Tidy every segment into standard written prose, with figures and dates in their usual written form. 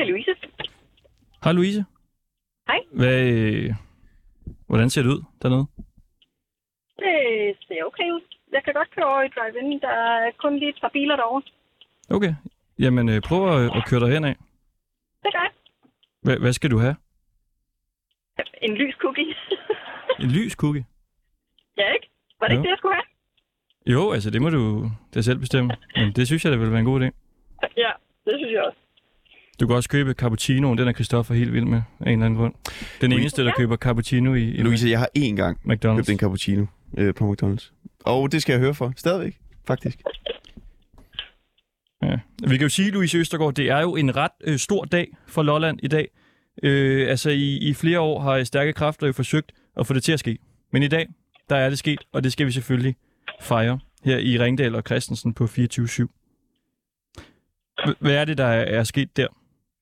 er Louise. Hej Louise. Hej. Hvordan ser det ud dernede? Det ser okay ud. Jeg kan godt køre over i drive-in. Der er kun lige et par biler derovre. Okay. Jamen, prøv at køre derhen af. Det gør jeg. Hvad skal du have? En lys cookie. En lys cookie? Ja, ikke? Var det ikke det, jeg skulle have? Jo, altså det må du da selv bestemme. Men det synes jeg, det vil være en god idé. Ja, det synes jeg også. Du kan også købe cappuccinoen. Den er Christoffer helt vild med af en eller anden grund. Den eneste, der køber cappuccino i Louise, jeg har én gang McDonald's. købt en cappuccino på McDonald's. Og det skal jeg høre for. Stadigvæk, faktisk. Ja. Vi kan jo sige, Louise Østergaard, det er jo en ret stor dag for Lolland i dag. Altså i flere år har stærke kræfter jo forsøgt at få det til at ske. Men i dag, der er det sket, og det skal vi selvfølgelig fejre her i Ringdal og Christensen på 24/7. Hvad er det, der er sket der?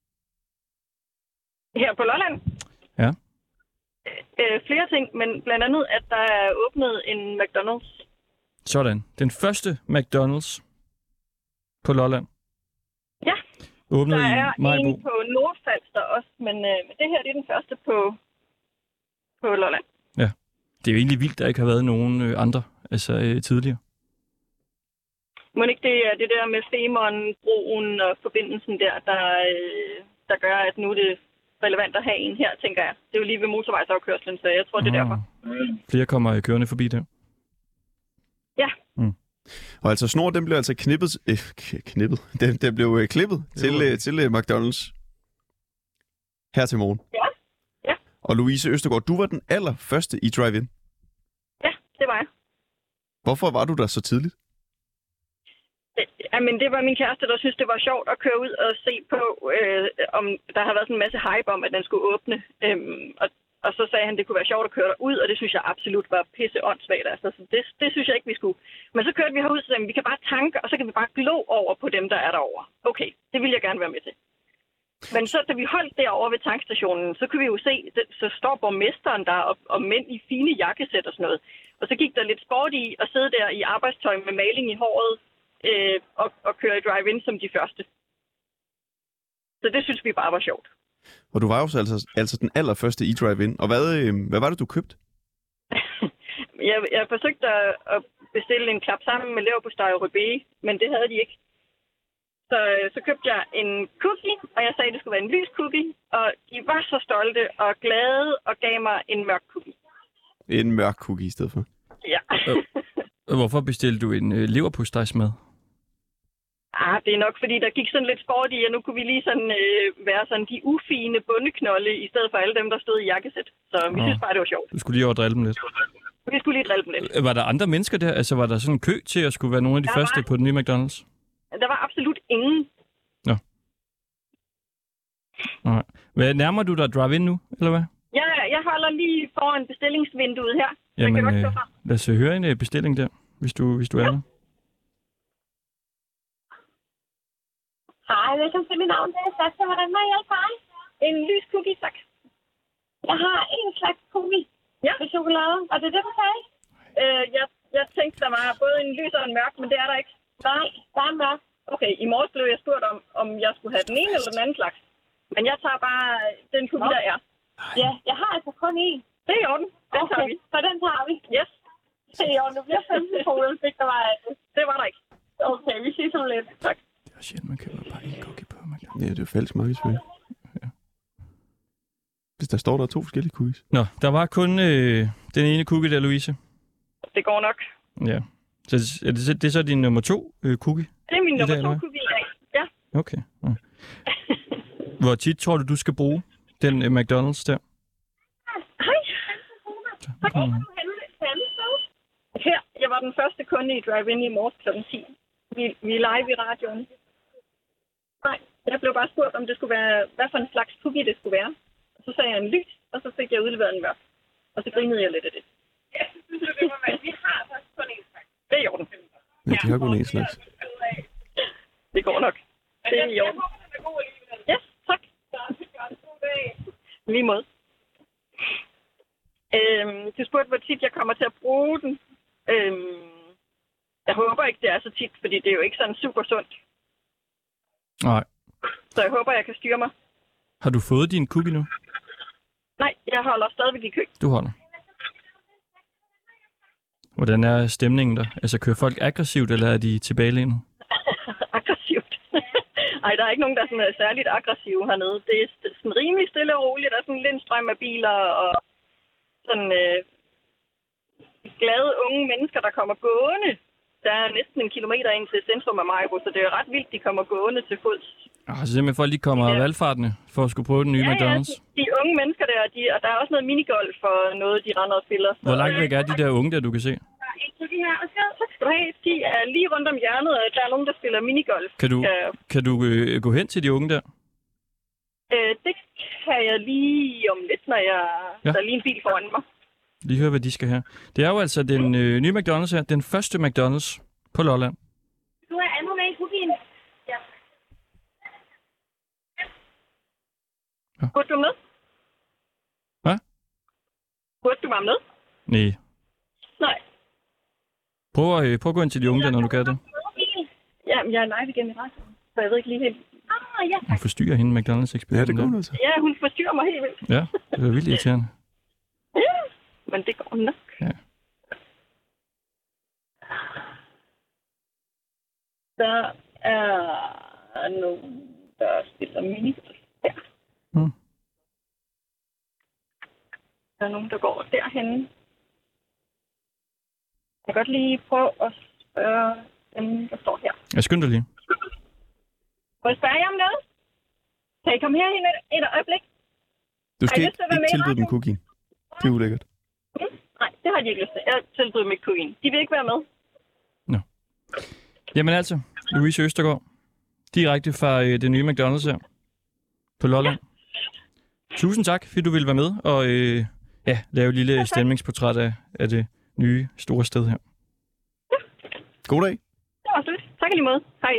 Her på Lolland? Ja. Flere ting, men blandt andet, at der er åbnet en McDonald's. Sådan. Den første McDonald's på Lolland. Ja. Åbnet der er i Majbo. en på Nordfalster også, men det her det er den første på Lolland. Ja. Det er jo egentlig vildt, der ikke har været nogen andre tidligere. Må ikke det er det der med Femern-broen og forbindelsen der gør, at nu er det relevant at have en her, tænker jeg. Det er jo lige ved motorvejsafkørslen, så jeg tror, det er derfor. Flere kommer kørende forbi der. Ja. Og altså snor, den blev altså knippet. Den blev klippet til McDonald's her til morgen. Ja. Og Louise Østergaard, du var den allerførste i drive-in. Ja, det var jeg. Hvorfor var du der så tidligt? Jamen, det var min kæreste, der synes det var sjovt at køre ud og se på, om der har været sådan en masse hype om, at den skulle åbne. Og så sagde han, at det kunne være sjovt at køre derud, og det synes jeg absolut var pisse åndssvagt. Altså, så det synes jeg ikke, vi skulle. Men så kørte vi herud, så sagde vi kan bare tanke, og så kan vi bare glo over på dem, der er derovre. Okay, det vil jeg gerne være med til. Men så da vi holdt derovre ved tankstationen, så kunne vi jo se, så står borgmesteren der og mænd i fine jakkesæt og sådan noget. Og så gik der lidt sport i at sidde der i arbejdstøj med maling i håret og køre i drive-in som de første. Så det synes vi bare var sjovt. Og du var jo så altså den allerførste i drive-in. Og hvad var det, du købte? Jeg forsøgte at bestille en klap sammen med leverpostej og rødbede, men det havde de ikke. Så købte jeg en cookie, og jeg sagde, at det skulle være en lys cookie. Og de var så stolte og glade og gav mig en mørk cookie. En mørk cookie i stedet for? Ja. Hvorfor bestilte du en leverpostejsmad? Det er nok, fordi der gik sådan lidt sport i, og nu kunne vi lige sådan være sådan de ufine bundeknolde, i stedet for alle dem, der stod i jakkesæt. Så vi synes bare, det var sjovt. Du skulle lige over drille dem lidt. Vi skulle lige drille dem lidt. Var der andre mennesker der? Altså, var der sådan en kø til at skulle være nogle af de første på den nye McDonald's? Der var absolut ingen. Nå. Nej. Hvad, nærmer du dig drive-in nu, eller hvad? Ja, jeg holder lige foran bestillingsvinduet her. Jamen, lad os høre en bestilling der, hvis du er der. Hej, velkommen til. Mit navn er Sasha. Hvordan må jeg hjælpe dig? En lys cookie, tak. Jeg har en slags cookie med chokolade. Og det er det, du sagde? Jeg tænkte, der var både en lys og en mørk, men det er der ikke. Nej, der er mørk. Okay, i morges blev jeg spurgt om jeg skulle have den ene eller den anden slags. Men jeg tager bare den cookie, der er. Ja, jeg har altså kun én. Det er i orden. Den tager vi. Så den tager vi. Yes. Det er i orden. Du bliver 15 på, hvis der var andet. Det var der ikke. Okay, vi ses om lidt. Tak. Det er sjældent, man køber bare en cookie på McDonald's. Ja, det er falsk markedsføring. Ja. Hvis der står, der er 2 forskellige cookies. Nå, der var kun den ene cookie der, Louise. Det går nok. Ja. Så det er så din nummer 2 cookie? Det er min nummer 2 cookie i dag. Ja. Okay. Ja. Hvor tit tror du skal bruge den McDonald's der? Hej. Her, jeg var den første kunde i drive-in i morges kl. 10. Vi er live i radioen. Nej, jeg blev bare spurgt, om det skulle være, hvad for en slags cookie det skulle være. Og så sagde jeg en lys, og så fik jeg udleveret en mørk. Og så grinede jeg lidt af det. Ja, det var med. Vi har faktisk kun en slags. Det er i orden. Ja, de har kun en slags. Det går nok. Det er i orden. Ja, tak. Lige måde. Du spurgte, hvor tit jeg kommer til at bruge den. Jeg håber ikke, det er så tit, fordi det er jo ikke sådan super sundt. Nej. Så jeg håber, jeg kan styre mig. Har du fået din cookie nu? Nej, jeg holder stadigvæk i kø. Du holder. Hvordan er stemningen der? Altså, kører folk aggressivt, eller er de tilbagelænet? Aggressivt. Ej, der er ikke nogen, der er sådan særligt aggressive hernede. Det er sådan rimelig stille og roligt. Der er sådan lidt en strøm af biler og sådan glade unge mennesker, der kommer gående. Der er næsten 1 kilometer ind til centrum af Maribo, så det er ret vildt, de kommer gående til fods. Altså simpelthen folk lige kommer af valgfartene for at skulle prøve den nye McDonald's? Ja, de unge mennesker der, og der er også noget minigolf og noget, de render og spiller. Hvor langt væk er de der unge, der du kan se? Tak skal du have. De er lige rundt om hjørnet, og der er nogen, der spiller minigolf. Kan du gå hen til de unge der? Det kan jeg lige om lidt, når der er lige en bil foran mig. Lige høre, hvad de skal have. Det er jo altså den nye McDonald's her. Den første McDonald's på Lolland. Du er andet med i cookien. Ja. Burde du med? Hvad? Burde du mig med? Nej. Prøv at gå ind til de unge der, når du kan det. Jamen, jeg er live igen i radioen, så jeg ved ikke lige helt. Ja. Hun forstyrrer hende McDonald's-ekspeditionen. Ja, det går altså. Ja, hun forstyrrer mig helt vildt. Ja, det er vildt irriterende. Ja, men det går nok. Ja. Der er nogen, der spiller minigolf der. Der er nogen, der går derhenne. Jeg kan godt lige prøve at spørge dem, der står her. Jeg skynder lige. Må jeg spørge jer om noget? Kan I komme herhen et øjeblik? Du skal ikke tilbyde dem cookie. Det er ulækkert. Nej, det har de ikke lyst til. Jeg tilbyder dem ikke cookie. De vil ikke være med. Nå. Jamen altså, Louise Østergaard. Direkte fra det nye McDonald's her. På Lolland. Ja. Tusind tak, fordi du ville være med og lave et lille stemningsportræt af det nye store sted her. Ja. God dag. Det var slut. Tak i lige måde. Hej.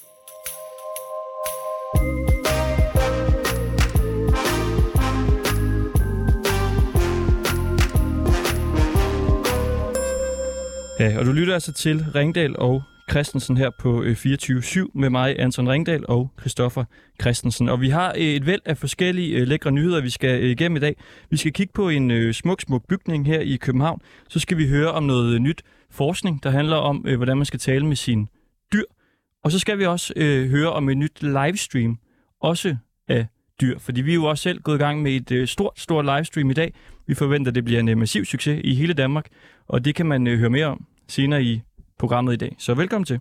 Ja, og du lytter altså til Ringdal og Christensen her på 24/7 med mig, Anton Ringdal og Christoffer Christensen. Og vi har et væld af forskellige lækre nyheder, vi skal igennem i dag. Vi skal kigge på en smuk bygning her i København. Så skal vi høre om noget nyt forskning, der handler om, hvordan man skal tale med sine dyr. Og så skal vi også høre om et nyt livestream, også af dyr. Fordi vi er jo også selv gået i gang med et stort livestream i dag. Vi forventer, at det bliver en massiv succes i hele Danmark. Og det kan man høre mere om senere i programmet i dag. Så velkommen til.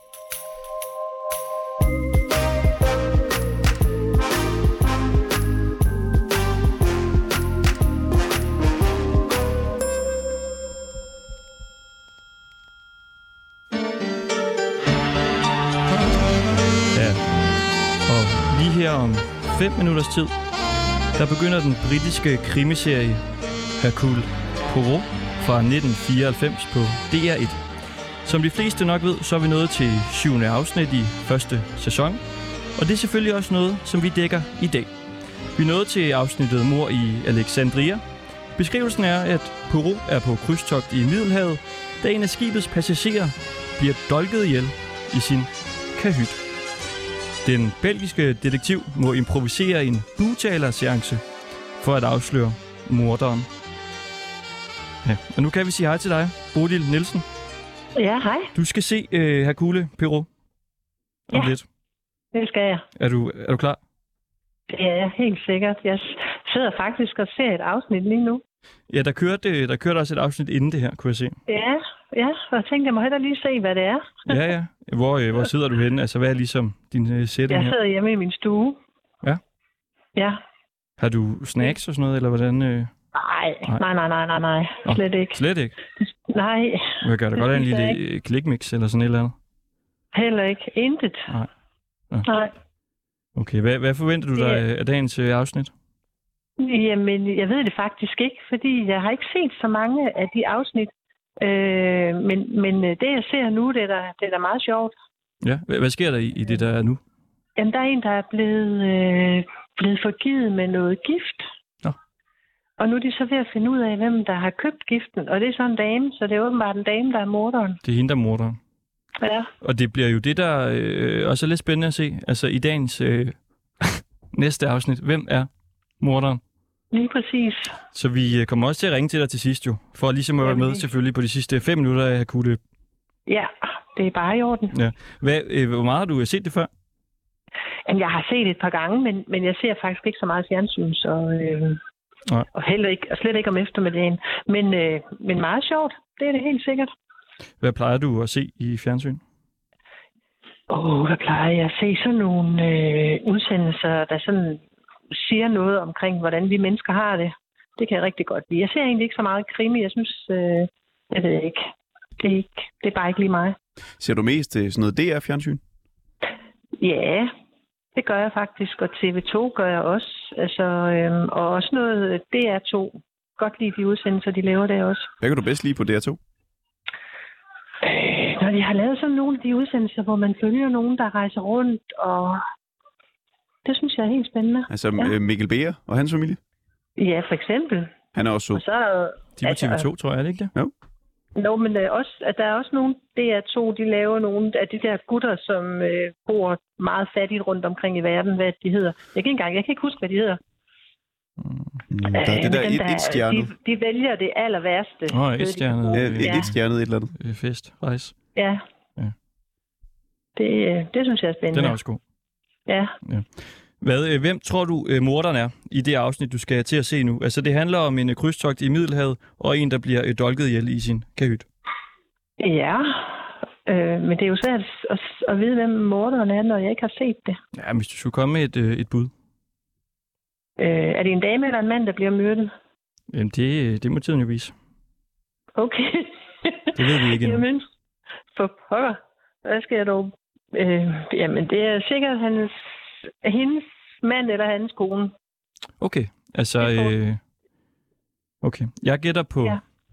Ja, og lige her om 5 minutters tid, der begynder den britiske krimiserie Hercule Poirot fra 1994 på DR1. Som de fleste nok ved, så er vi nået til 7. afsnit i første sæson. Og det er selvfølgelig også noget, som vi dækker i dag. Vi er nået til afsnittet Mord i Alexandria. Beskrivelsen er, at Poirot er på krydstogt i Middelhavet, da en af skibets passagerer bliver dolket ihjel i sin kahyt. Den belgiske detektiv må improvisere en bugtalerseance for at afsløre morderen. Ja, og nu kan vi sige hej til dig, Bodil Nielsen. Ja, hej. Du skal se Hercule Poirot om lidt. Det skal jeg. Er du klar? Det er jeg helt sikkert. Jeg sidder faktisk og ser et afsnit lige nu. Ja, der kørte også et afsnit inden det her, kunne jeg se. Ja, og jeg tænkte, jeg må hellere lige se, hvad det er. Ja. Hvor sidder du henne? Altså, hvad er ligesom din setting her? Jeg sidder hjemme i min stue. Ja? Ja. Har du snacks og sådan noget, eller hvordan? Nej. Slet ikke. Slet ikke? Nej. Jeg gør da godt af en lille klikmix eller sådan et eller andet. Heller ikke. Intet. Nej. Ja. Nej. Okay, hvad forventer du dig af dagens afsnit? Jamen, jeg ved det faktisk ikke, fordi jeg har ikke set så mange af de afsnit. Men det, jeg ser nu, det er da meget sjovt. Ja, hvad sker der i det, der er nu? Jamen, der er en, der er blevet forgivet med noget gift. Nå. Og nu er de så ved at finde ud af, hvem der har købt giften. Og det er så en dame, så det er åbenbart en dame, der er morderen. Det er hende, der er morderen. Ja. Og det bliver jo det, der også er lidt spændende at se. Altså i dagens næste afsnit. Hvem er morderen? Lige præcis. Så vi kommer også til at ringe til dig til sidst jo, for ligesom at være med selvfølgelig på de sidste 5 minutter af Hakule. Ja, det er bare i orden. Ja. Hvor meget har du set det før? Jamen, jeg har set det et par gange, men jeg ser faktisk ikke så meget fjernsyn, så, og heller ikke, og slet ikke om eftermiddagen. Men meget sjovt, det er det helt sikkert. Hvad plejer du at se i fjernsyn? Hvad plejer jeg at se? Sådan nogle udsendelser, der sådan siger noget omkring, hvordan vi mennesker har det. Det kan jeg rigtig godt lide. Jeg ser egentlig ikke så meget krimi. Jeg synes, jeg ved ikke. Det er bare ikke lige mig. Ser du mest sådan noget DR-fjernsyn? Ja, det gør jeg faktisk. Og TV2 gør jeg også. Altså, og også noget DR2. Godt lide de udsendelser, de laver der også. Hvad kan du bedst lide på DR2? Når de har lavet sådan nogle af de udsendelser, hvor man følger nogen, der rejser rundt, og det synes jeg er helt spændende. Altså Mikkel Beer og hans familie? Ja, for eksempel. Han er også sød. De er på TV2, tror jeg, er det ikke det? Jo. Nå, men der er også nogle DR2, de laver nogle af de der gutter, som bor meget fattigt rundt omkring i verden, hvad de hedder. Jeg kan ikke huske, hvad de hedder. Der er det der et-stjernet. De vælger det aller værste. Et-stjernet. Et-stjernet et eller andet. Fest, rejse. Ja. Det synes jeg er spændende. Den er også god. Ja. Hvem tror du morderen er i det afsnit, du skal til at se nu? Altså, det handler om en krydstogt i Middelhavet, og en, der bliver dolket ihjel i sin kahyt. Ja, men det er jo svært at vide, hvem morderen er, når jeg ikke har set det. Ja, hvis du skulle komme med et bud. Er det en dame eller en mand, der bliver myrdet? Jamen, det må tiden jo vise. Okay. Det ved vi ikke endnu. Jamen, for pokker. Hvad skal jeg dog? Jamen, det er sikkert hendes mand eller hans kone. Okay, altså... okay, jeg gætter på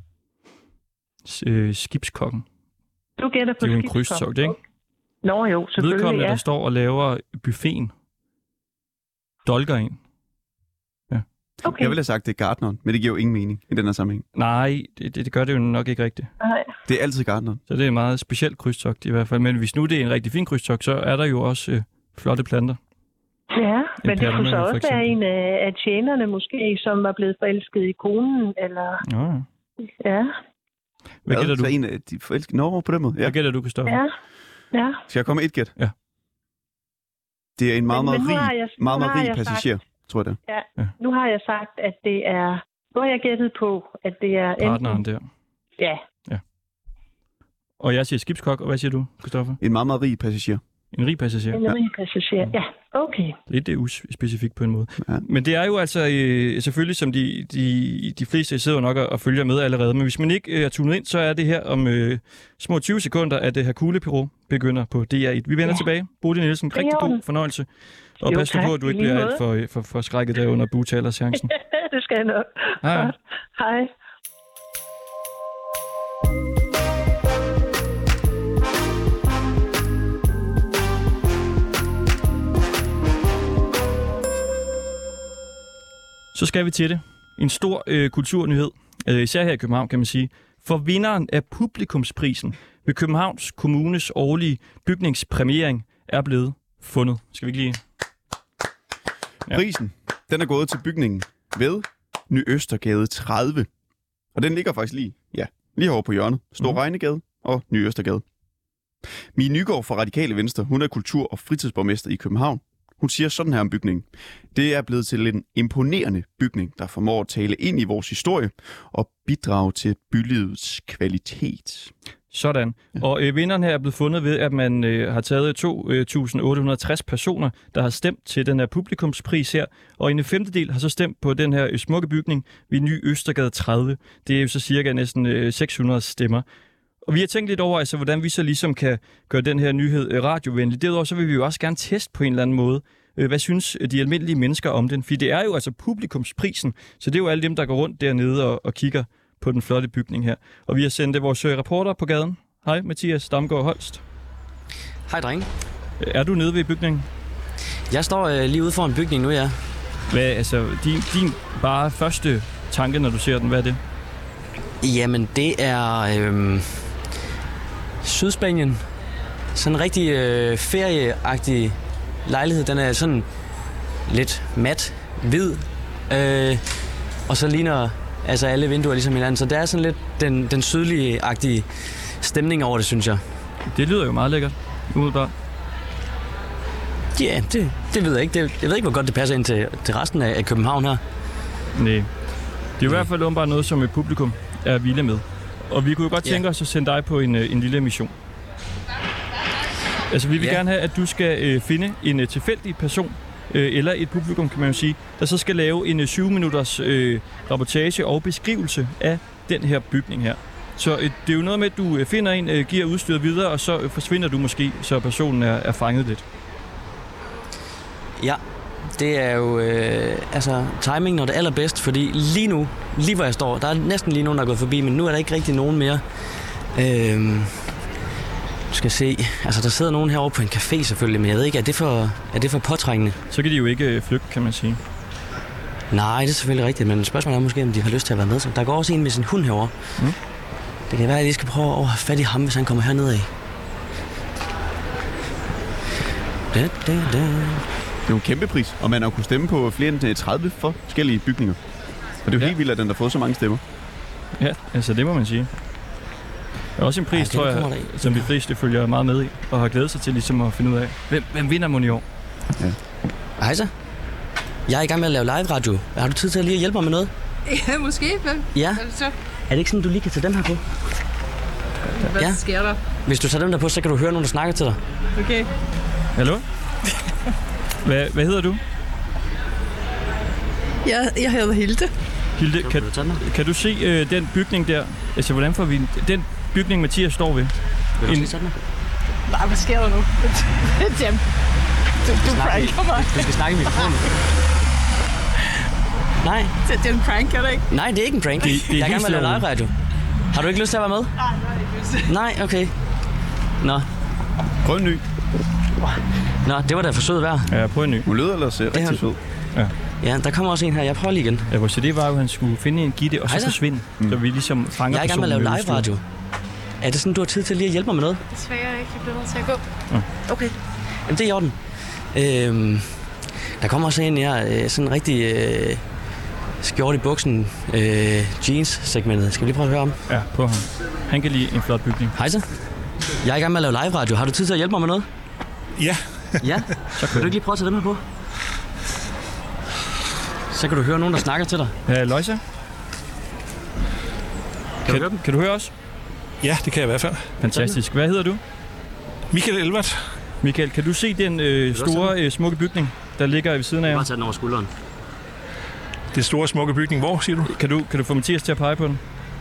skibskokken. Du gætter på skibskokken? Det er jo en krydstogt, ikke? Nå jo, selvfølgelig, vedkommende, der står og laver buffeten, dolker en. Ja. Okay. Jeg ville have sagt, det er gartneren, men det giver jo ingen mening i den her sammenhæng. Nej, det gør det jo nok ikke rigtigt. Nej. Det er altid gartneren. Så det er en meget speciel krydstogt i hvert fald. Men hvis nu det er en rigtig fin krydstogt, så er der jo også flotte planter. Ja, men det kunne så også være en af tjenerne måske, som var blevet forelsket i konen, eller... Ja. Hvad gætter du? Så en af de forelskede... Nå, på den måde. Ja. Hvad gætter du, Christoffer? Ja. Skal jeg komme med et gæt? Ja. Det er en meget rig passager, tror jeg det. Ja, nu har jeg sagt, at det er... Nu har jeg gættet på, at det er... Partneren der. Ja. Og jeg siger skibskok, og hvad siger du, Christoffer? En meget rig passager. En rig passager? En rig passager, ja. Okay. Lidt uspecifikt på en måde. Ja. Men det er jo altså selvfølgelig, som de fleste sidder nok og følger med allerede. Men hvis man ikke er tunet ind, så er det her om små 20 sekunder, at Hercule Poirot begynder på DR1. Vi vender tilbage. Bodil Nielsen, rigtig god fornøjelse. Og pas på, at du ikke bliver alt for skrækket der under bugtalerchancen. Det skal jeg nok. Hej. Hej. Så skal vi til det. En stor kulturnyhed, især her i København, kan man sige. For vinderen af publikumsprisen ved Københavns Kommunes årlige bygningspræmiering er blevet fundet. Skal vi ikke lige... Ja. Prisen, den er gået til bygningen ved Ny Østergade 30. Og den ligger faktisk lige herovre på hjørnet. Stor Regnegade og Ny Østergade. Mie Nygaard fra Radikale Venstre, hun er kultur- og fritidsborgmester i København. Hun siger sådan her om bygningen. Det er blevet til en imponerende bygning, der formår at tale ind i vores historie og bidrage til bylivets kvalitet. Sådan. Og vinderen her er blevet fundet ved, at man har taget 2.860 personer, der har stemt til den her publikumspris her. Og en femtedel har så stemt på den her smukke bygning ved Ny Østergade 30. Det er jo så cirka næsten 600 stemmer. Og vi har tænkt lidt over, altså, hvordan vi så ligesom kan gøre den her nyhed radiovenlig. Derudover så vil vi jo også gerne teste på en eller anden måde. Hvad synes de almindelige mennesker om den? For det er jo altså publikumsprisen, så det er jo alle dem, der går rundt dernede og kigger på den flotte bygning her. Og vi har sendt vores reporter på gaden. Hej, Mathias Damgaard Holst. Hej, drenge. Er du nede ved bygningen? Jeg står lige ude foran bygningen nu, ja. Hvad, altså, din bare første tanke, når du ser den, hvad er det? Jamen, det er Sydspanien. Sådan en rigtig ferieagtig lejlighed. Den er sådan lidt mat, hvid, og så ligner altså alle vinduer ligesom hinanden. Så der er sådan lidt den sydlige-agtige stemning over det, synes jeg. Det lyder jo meget lækkert, umiddelbart. Ja, det ved jeg ikke. Jeg ved ikke, hvor godt det passer ind til resten af København her. Nej. Det er i hvert fald åbenbart noget, som et publikum er vilde med. Og vi kunne jo godt tænke os at sende dig på en lille mission. Altså, vi vil gerne have, at du skal finde en tilfældig person, eller et publikum, kan man jo sige, der så skal lave en 7-minutters rapportage og beskrivelse af den her bygning her. Så det er jo noget med, at du finder en, giver udstyret videre, og så forsvinder du måske, så personen er fanget lidt. Ja, det er jo timing når det er allerbedst, fordi lige nu, lige hvor jeg står, der er næsten lige nogen, der er gået forbi, men nu er der ikke rigtig nogen mere. Du skal se, altså der sidder nogen herovre på en café selvfølgelig, men jeg ved ikke, er det for påtrængende? Så kan de jo ikke flygte, kan man sige. Nej, det er selvfølgelig rigtigt, men spørgsmålet er måske, om de har lyst til at være med. Så der går også en med sin hund herovre. Det kan være, at jeg lige skal prøve at have fat i ham, hvis han kommer herned af. Det er jo en kæmpe pris, og man har kunnet stemme på flere end 30 forskellige bygninger. Og det er jo helt vildt, at den har fået så mange stemmer. Ja, altså det må man sige. Det er også en pris, tror jeg, som de fleste følger meget med i, og har glædet sig til ligesom at finde ud af, hvem vinder mon i år. Ja. Hej så. Jeg er i gang med at lave live radio. Har du tid til at lige hjælpe mig med noget? Ja, måske. Ja. Så? Er det ikke sådan, du lige kan tage den her på? Hvad sker der? Hvis du tager den der på, så kan du høre nogen, der snakker til dig. Okay. Hallo? Hvad hedder du? Jeg hedder Hilde. Hilde, kan du se den bygning der? Altså, hvordan får vi den bygning, Mathias står ved? Nej, hvad sker der nu? Jam. Du pranker mig. Du skal snakke i mikrofonen. Nej. Det er en prank, er det ikke? Nej, det er ikke en prank. Jeg er i gang med at lave live radio. Har du ikke lyst til at være med? Nej, jeg har ikke lyst. Nej, okay. Nå. Prøv en ny. Nå, det var da for sød værd. Ja, prøv en ny. Hun lyder ellers rigtig sød. Ja. Ja, der kommer også en her. Jeg prøver lige igen. Ja, vores idé var jo, at han skulle finde en gitte og så forsvinde. Så vi ligesom fanger Jeg er i gang med at lave live radio. Er det sådan, du har tid til lige at hjælpe mig med noget? Desværre ikke. Jeg bliver nødt til at gå. Ja. Okay. Jamen, det er i orden. Der kommer også en her, sådan en rigtig skjort i buksen, jeans-segmentet. Skal vi lige prøve at høre om? Ja, på ham. Han kan lide en flot bygning. Hej så. Jeg er i gang med at lave live radio. Har du tid til at hjælpe mig med noget? Ja. Ja? Så kan du ikke lige prøve at tage dem her på? Så kan du høre nogen, der snakker til dig. Ja, Løjsa? Kan du høre os? Ja, det kan jeg i hvert fald. Fantastisk. Hvad hedder du? Michael Elvert. Michael, kan du se den store, smukke bygning, der ligger ved siden af jer? Bare tage den over skulderen. Det store, smukke bygning. Hvor, siger du? Kan du få Mathias til at pege på den?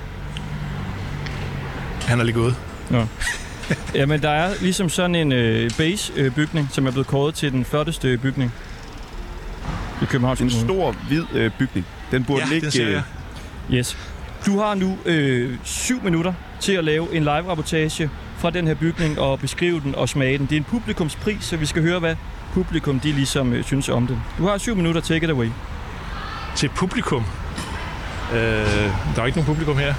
Han er lige gået. Nå. Jamen, der er ligesom sådan en base-bygning, som er blevet kåret til den flotteste bygning i Københavns Kommune. En stor, hvid bygning. Den burde ligge... Den ser jeg. Yes. Du har nu 7 minutter til at lave en live-rapportage fra den her bygning og beskrive den og smage den. Det er en publikumspris, så vi skal høre, hvad publikum de ligesom synes om den. Du har 7 minutter, take it away. Til publikum? Der er ikke nogen publikum her.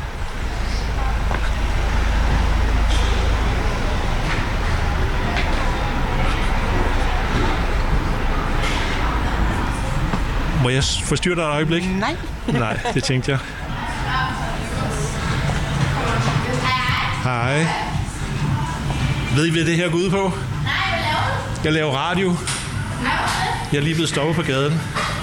Må jeg forstyrre dig et øjeblik? Nej. Nej, det tænkte jeg. Hej. Ved I, hvad det her går ud på? Nej, hvad laver du? Jeg laver radio. Jeg er lige blevet stoppet på gaden.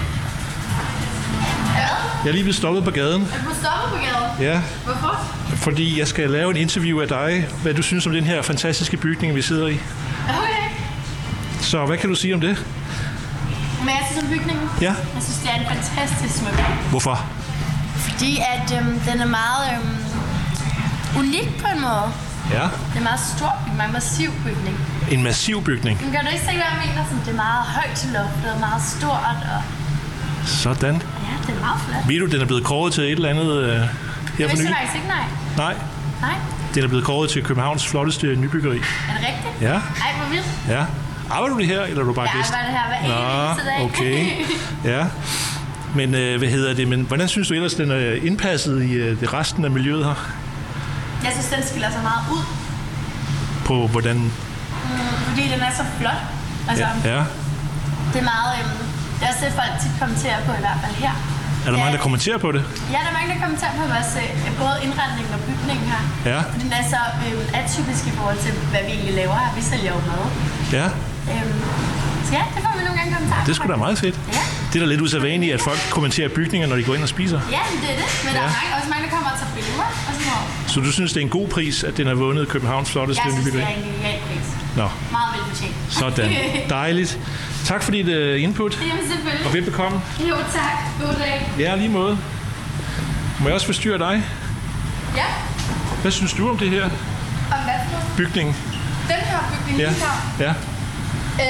Jeg er lige blevet stoppet på gaden. Er du blevet stoppet på gaden? Ja. Hvorfor? Fordi jeg skal lave en interview af dig, hvad du synes om den her fantastiske bygning, vi sidder i. Okay. Så hvad kan du sige om det? Men jeg synes om bygningen. Ja. Jeg synes, det er en fantastisk smuk. Hvorfor? Fordi at den er meget unik på en måde. Ja. Det er en meget stor bygning, en massiv bygning. En massiv bygning. Men kan du ikke se, hvad jeg mener? Sådan, det er meget højt til loftet og meget stort. Og... Sådan. Ja, det er meget flot. Ved du, den er blevet kåret til et eller andet her for Jeg nylig? vidste faktisk ikke, nej. Nej. Nej. Den er blevet kåret til Københavns flotteste nybyggeri. Er det rigtigt? Ja. Ej, hvor vildt. Ja. Arbejder du lige her, eller er du bare Jeg gæst? arbejder her hver eneste dag. Okay. Ja. Men hvad hedder det? Men hvordan synes du ellers, den er indpasset i det resten af miljøet her? Jeg synes, den skiller sig meget ud. På hvordan? Fordi den er så flot. Altså, Ja. det er meget... Det er også det, folk tit kommenterer på, i hvert fald her. Er der mange, der kommenterer på det? Ja, der er mange, der kommenterer på vores både indretning og bygning her. Ja. Den er så atypisk i forhold til, hvad vi egentlig laver her. Vi sælger jo mad. Ja. Så ja, det får vi nogle gange kommentarer. Det er sgu da meget fedt. Ja. Det er da lidt usædvanligt, at folk kommenterer bygninger, når de går ind og spiser. Ja, det er det. Men der er også mange, der kommer og tager billeder og sådan noget. Så du synes, det er en god pris, at den har vundet Københavns flotteste nybyggeri? Jeg synes, det er en genial pris. Nå. Meget velfortjent. Sådan. Dejligt. Tak for dit input. Jamen selvfølgelig. Og velbekomme. Jo, tak. God dag. Ja, lige måde. Må jeg også forstyrre dig? Ja. Hvad synes du om det her? Om hvad for noget? Bygning. Den her bygning, Ja. her? Ja.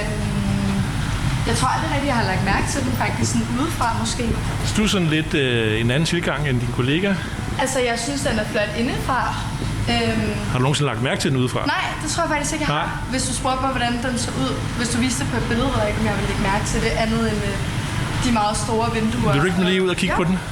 Jeg tror aldrig rigtig, jeg har lagt mærke til den faktisk sådan udefra måske. Så du er sådan lidt en anden tilgang end din kollega? Altså, jeg synes, den er flot indefra. Har du nogensinde lagt mærke til den udefra? Nej, det tror jeg faktisk ikke, jeg har. Hvis du spurgte mig, hvordan den så ud. Hvis du viste det på et billede, ved jeg ikke, om jeg ville lægge mærke til det andet end de meget store vinduer. Vil du ikke lige ud og kigge på den?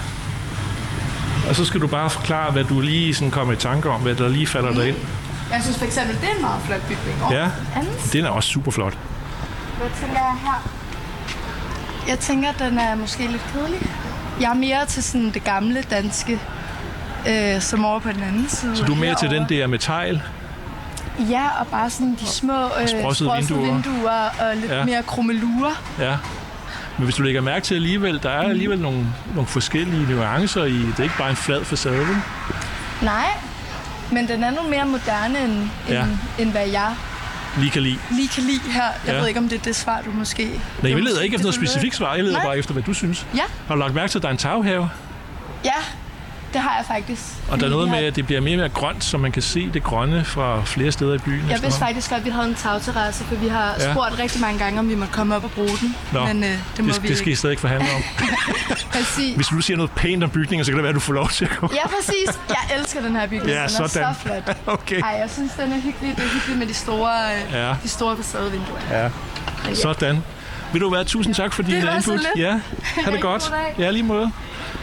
Og så skal du bare forklare, hvad du lige sådan kommer i tanke om, hvad der lige falder dig ind. Jeg synes for eksempel, det er en meget flot bygning. Ja, den er også super flot. Hvad tænker jeg her? Jeg tænker, den er måske lidt kedelig. Jeg er mere til sådan det gamle danske, som over på den anden side. Så du er mere til den der med tegl? Ja, og bare sådan de små sprossede vinduer og lidt mere krummelurer. Ja. Men hvis du lægger mærke til alligevel, der er alligevel nogle forskellige nuancer i. Det er ikke bare en flad facade, vel? Nej, men den er noget mere moderne end hvad jeg lige kan lide her. Jeg ved ikke, om det er det svar, du måske... Nej, jeg leder ikke efter noget specifikt svar. Jeg leder bare efter, hvad du synes. Ja. Har du lagt mærke til, at der er en taghave? Ja, det har jeg faktisk. Og der er noget med, at det bliver mere og mere grønt, så man kan se det grønne fra flere steder i byen. Jeg vidste faktisk godt, at vi havde en tagterrasse, for vi har spurgt rigtig mange gange, om vi måtte komme op og bruge den. Nå, men det må vi ikke. Det skal I stadig ikke forhandle om. Præcis. Hvis du siger noget pænt om bygningen, så kan det være, at du får lov til at komme. Ja, præcis. Jeg elsker den her bygning. Ja, den er sådan. så flot. Okay. Ej, jeg synes, den er hyggelig. Det er hyggeligt med de store facadevinduer. Ja. Sådan. Vil du være tusind tak for din input. Ja, ha' det godt. Ja, lige måde.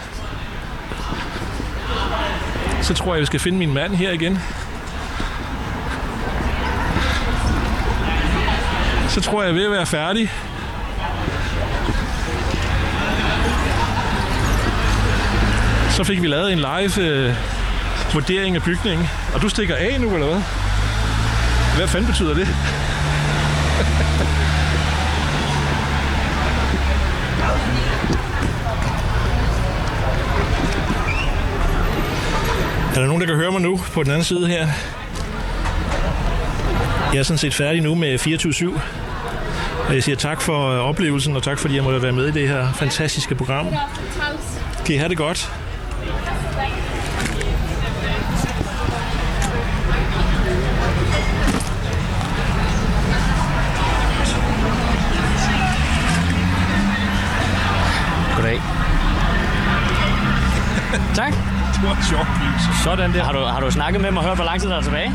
Så tror jeg, vi skal finde min mand her igen. Så tror jeg, jeg er ved at være færdig. Så fik vi lavet en live vurdering af bygningen. Og du stikker af nu, eller hvad? Hvad fanden betyder det? Er der nogen, der kan høre mig nu på den anden side her? Jeg er sådan set færdig nu med 24/7. Og jeg siger tak for oplevelsen, og tak fordi jeg måtte være med i det her fantastiske program. Kan I have det godt? Goddag. Tak. Det var sjovt. Sådan der. Har du snakket med mig og hørt, hvor lang tid der er tilbage?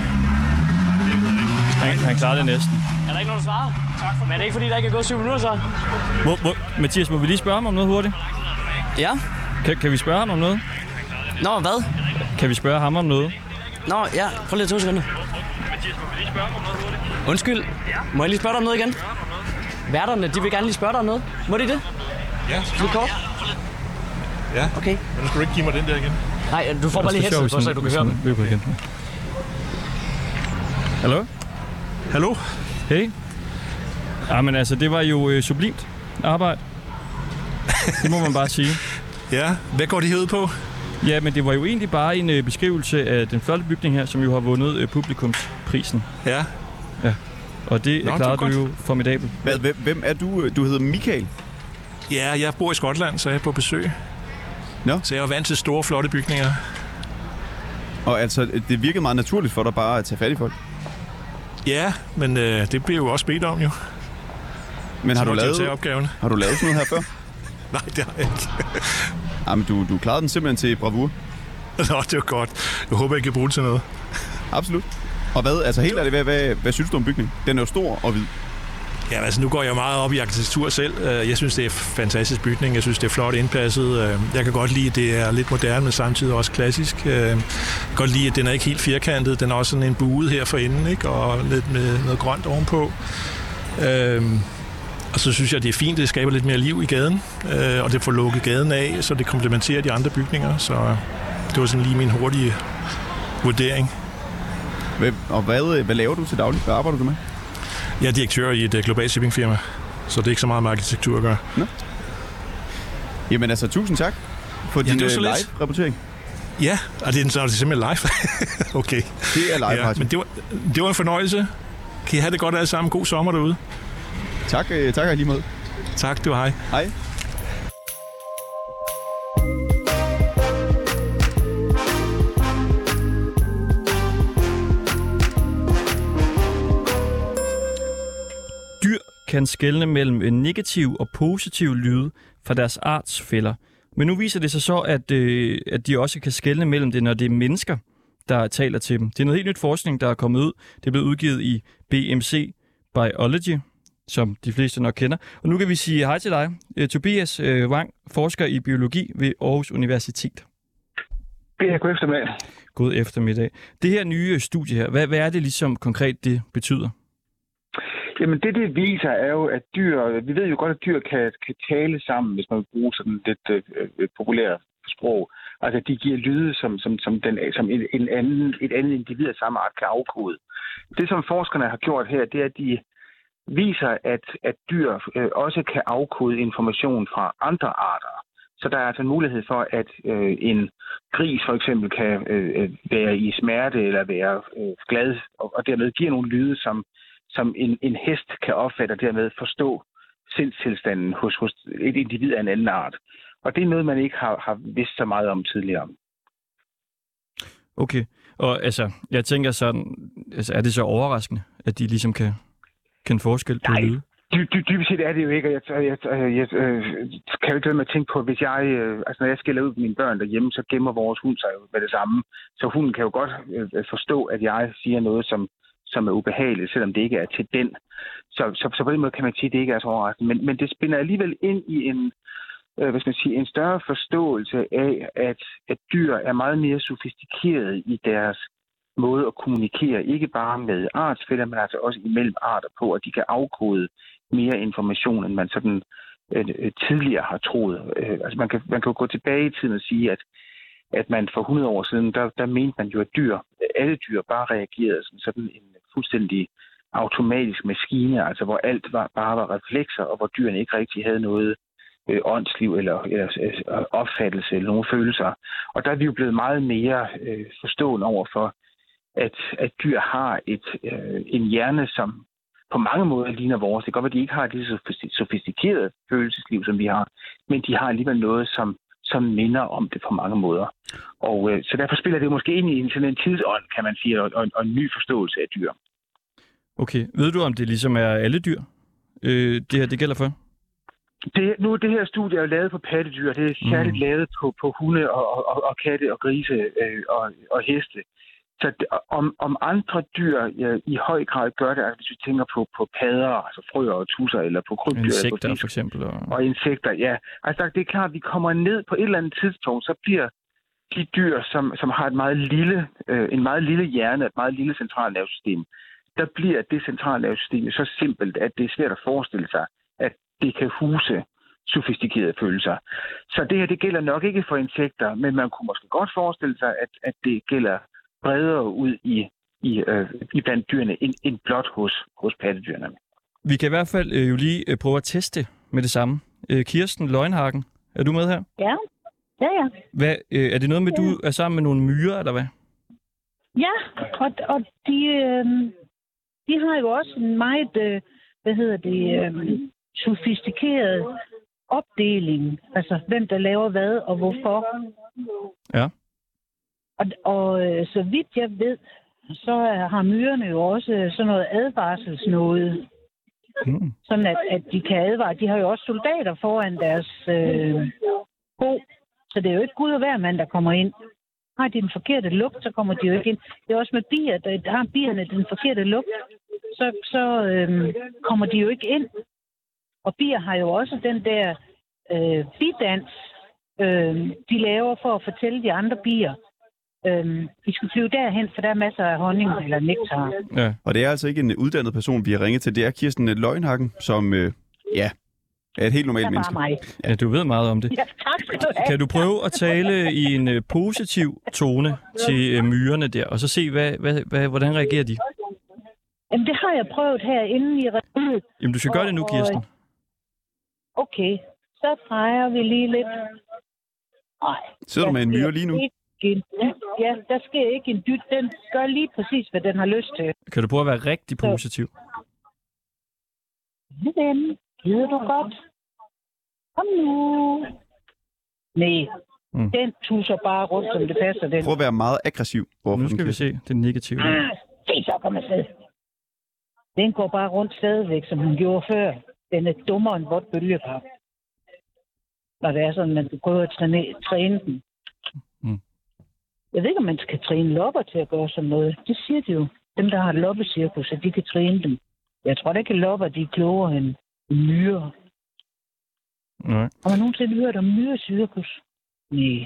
Han klarer det næsten. Er der ikke nogen, der svarer? Men er det ikke fordi, der ikke er gået 7 minutter så? Mathias, må vi lige spørge ham om noget hurtigt? Ja. Kan vi spørge ham om noget? Nå, hvad? Kan vi spørge ham om noget? Nå, ja. Prøv lige 2 sekunder. Undskyld. Må jeg lige spørge dig om noget igen? Værterne, de vil gerne lige spørge dig om noget. Må de det? Ja. Lidt kort? Ja. Okay. Men nu skal du ikke give mig den der igen. Nej, du får bare lige headset på, så du kan høre dem. Hallo? Hallo? Hey. Jamen altså, det var jo sublimt arbejde. Det må man bare sige. Ja, hvad går det her ud på? Ja, men det var jo egentlig bare en beskrivelse af den flotte bygning her, som jo har vundet publikumsprisen. Ja. Ja. Og det klarede du jo formidabelt. Hvem er du? Du hedder Michael? Ja, jeg bor i Skotland, så jeg er på besøg. No. Så jeg er vant til store, flotte bygninger. Og altså, det virkede meget naturligt for dig bare at tage fat i folk? Ja, men det bliver jo også bedt om, jo. Men har du lavet sådan noget her før? Nej, det har jeg ikke. Jamen, du klarede den simpelthen til bravur. Nå, det var godt. Jeg håber, jeg kan bruge det til noget. Absolut. Og hvad, altså helt ærligt, hvad synes du om bygningen? Den er jo stor og hvid. Ja, altså nu går jeg meget op i arkitektur selv. Jeg synes, det er en fantastisk bygning. Jeg synes, det er flot indpasset. Jeg kan godt lide, at det er lidt moderne, men samtidig også klassisk. Jeg kan godt lide, at den er ikke helt firkantet. Den er også sådan en buet her for enden, ikke? Og lidt med noget grønt ovenpå. Og så synes jeg, det er fint, det skaber lidt mere liv i gaden, og det får lukket gaden af, så det komplementerer de andre bygninger. Så det var sådan lige min hurtige vurdering. Og hvad laver du til daglig? Hvad arbejder du med? Jeg er direktør i et globalt shippingfirma, så det er ikke så meget med arkitektur at gøre. Nå. Jamen altså, tusind tak for din live-rapportering. Ja, og det er simpelthen live. Okay. Det er live, ja, men det var en fornøjelse. Kan I have det godt alle sammen? God sommer derude. Tak lige måde. Tak, hej. Hej. Dyr kan skelne mellem negativ og positiv lyde fra deres artsfæller. Men nu viser det sig så, at de også kan skelne mellem det, når det er mennesker, der taler til dem. Det er noget helt nyt forskning, der er kommet ud. Det er blevet udgivet i BMC Biology, som de fleste nok kender. Og nu kan vi sige hej til dig, Tobias Wang, forsker i biologi ved Aarhus Universitet. Ja, god eftermiddag. God eftermiddag. Det her nye studie her, hvad er det ligesom konkret, det betyder? Jamen det viser er jo, at dyr, vi ved jo godt, at dyr kan tale sammen, hvis man vil bruge sådan lidt populært sprog. Altså de giver lyde, som et andet individ af samme art kan afkode. Det som forskerne har gjort her, det er, at de viser, at dyr også kan afkode information fra andre arter. Så der er altså en mulighed for, at en gris for eksempel kan være i smerte eller være glad, og dermed giver nogle lyde, som en hest kan opfatte og dermed forstå sindstilstanden hos et individ af en anden art. Og det er noget, man ikke har vidst så meget om tidligere. Okay. Og altså, jeg tænker sådan, altså, er det så overraskende, at de ligesom kan forskel på lyde? Dybest set er det jo ikke, og jeg kan jo ikke lade mig tænke på, hvis når jeg skælder ud på mine børn derhjemme, så gemmer vores hund sig jo med det samme. Så hunden kan jo godt forstå, at jeg siger noget, som er ubehageligt, selvom det ikke er til den. Så på den måde kan man sige, at det ikke er så overraskende. Men det spænder alligevel ind i en større forståelse af, at dyr er meget mere sofistikeret i deres måde at kommunikere, ikke bare med artsfæller, men altså også imellem arter på, at de kan afkode mere information, end man sådan tidligere har troet. Altså man kan jo gå tilbage i tiden og sige, at man for 100 år siden, der mente man jo, at alle dyr bare reagerede som sådan en fuldstændig automatisk maskine, altså hvor alt bare var reflekser, og hvor dyrene ikke rigtig havde noget åndsliv eller opfattelse eller nogle følelser. Og der er vi jo blevet meget mere forstående over for, at dyr har en hjerne, som på mange måder ligner vores. Det kan godt være, at de ikke har det så sofistikerede følelsesliv, som vi har, men de har alligevel noget, som minder om det på mange måder. Og så derfor spiller det måske ind i sådan en tidsånd, kan man sige, og en ny forståelse af dyr. Okay. Ved du, om det ligesom er alle dyr, det gælder for? Det her studie er jo lavet på pattedyr. Det er særligt lavet på hunde og katte og grise og heste. Så om andre dyr i høj grad gør det, altså hvis vi tænker på padder, altså frøer og tusser, eller på krybdyr. Insekter for eksempel. Og insekter, ja. Altså det er klart, at vi kommer ned på et eller andet tidspunkt, så bliver de dyr, som har en meget lille hjerne, et meget lille centralnervesystem, der bliver det centralnervesystem så simpelt, at det er svært at forestille sig, at det kan huse sofistikerede følelser. Så det her, det gælder nok ikke for insekter, men man kunne måske godt forestille sig, at det gælder bredere ud i blandt dyrene end blot hos pattedyrene. Vi kan i hvert fald jo lige prøve at teste med det samme. Kirsten Løgnhagen, er du med her? Ja. Hvad, er det noget med, du er sammen med nogle myrer, eller hvad? Ja, og de har jo også en meget, sofistikeret opdeling. Altså, hvem der laver hvad og hvorfor. Ja. Og så vidt jeg ved, så har myrerne jo også sådan noget advarselsnåde. Sådan at de kan advare. De har jo også soldater foran deres bo. Så det er jo ikke Gud og hver mand, der kommer ind. Har de den forkerte lugt, så kommer de jo ikke ind. Det er også med bier, der har bierne den forkerte lugt, så kommer de jo ikke ind. Og bier har jo også den der bidans, de laver for at fortælle de andre bier. Vi skal flyve derhen, for der er masser af honning eller nektar. Ja. Og det er altså ikke en uddannet person, vi har ringet til. Det er Kirsten Løgnhagen, som Ja. Er et helt normalt menneske. Ja, du ved meget om det. Ja, tak skal du have. Kan du prøve at tale i en positiv tone til myrerne der, og så se, hvordan reagerer de? Jamen, det har jeg prøvet herinde i redet. Jamen, du skal gøre det nu, Kirsten. Okay, så drejer vi lige lidt. Sidder du med en myre lige nu? Ja, der sker ikke en dyt. Den gør lige præcis, hvad den har lyst til. Kan du prøve at være rigtig positiv? Ven, gider du godt? Kom nu. Nej, den tusser bare rundt, som det passer den. Prøv at være meget aggressiv. Nu skal vi se det negative. Se, så kommer jeg. Den går bare rundt stadigvæk, som hun gjorde før. Den er dummere end vådt bølgepap. Når det er sådan, at man prøver at træne den. Jeg ved ikke, om man skal træne lopper til at gøre sådan noget. Det siger de jo. Dem, der har et loppecirkus, at de kan træne dem. Jeg tror da ikke, at lopper de er klogere end myrer. Nej. Har man nogensinde hørt om myrecirkus? Nej.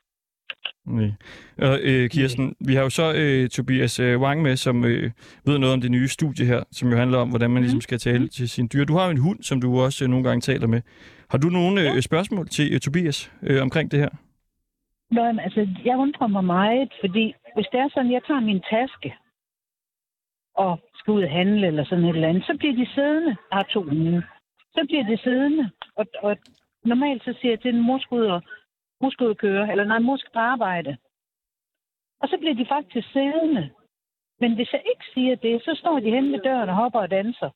Og Kirsten, vi har jo så Tobias Wang med, som ved noget om det nye studie her, som jo handler om, hvordan man ligesom skal tale til sine dyr. Du har jo en hund, som du også nogle gange taler med. Har du nogle spørgsmål til Tobias omkring det her? Nå, altså, jeg undrer mig meget, fordi hvis det er sådan, jeg tager min taske og skal ud og handle eller sådan et eller andet, så bliver de siddende. Jeg har 2 hunde. Så bliver de siddende, og normalt så siger jeg til den, mor skal ud og køre, eller nej, mor skal på arbejde. Og så bliver de faktisk siddende. Men hvis jeg ikke siger det, så står de hen ved døren og hopper og danser.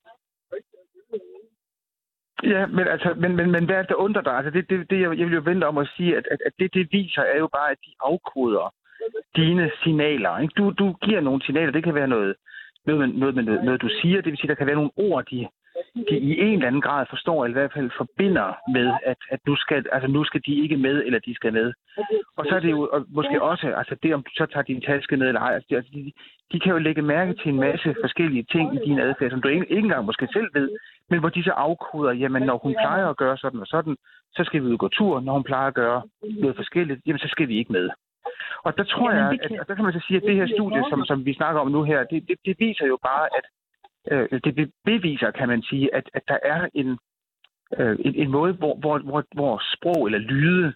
Ja, men hvad er det, der undrer dig? Altså, det jeg vil jo vente om at sige, at det viser, er jo bare, at de afkoder dine signaler. Ikke? Du giver nogle signaler. Det kan være noget du siger. Det vil sige, der kan være nogle ord, de i en eller anden grad forstår, eller i hvert fald forbinder med, at nu skal de ikke med, eller de skal med. Og så er det jo måske også, altså det om du så tager din taske ned eller ej, altså de kan jo lægge mærke til en masse forskellige ting i din adfærd, som du ikke engang måske selv ved, men hvor de så afkoder, jamen når hun plejer at gøre sådan og sådan, så skal vi jo gå tur. Når hun plejer at gøre noget forskelligt, jamen så skal vi ikke med. Og der tror jeg, at der kan man så sige, at det her studie, som vi snakker om nu her, det viser jo bare, at det beviser, kan man sige, at der er en måde, hvor sprog eller lyde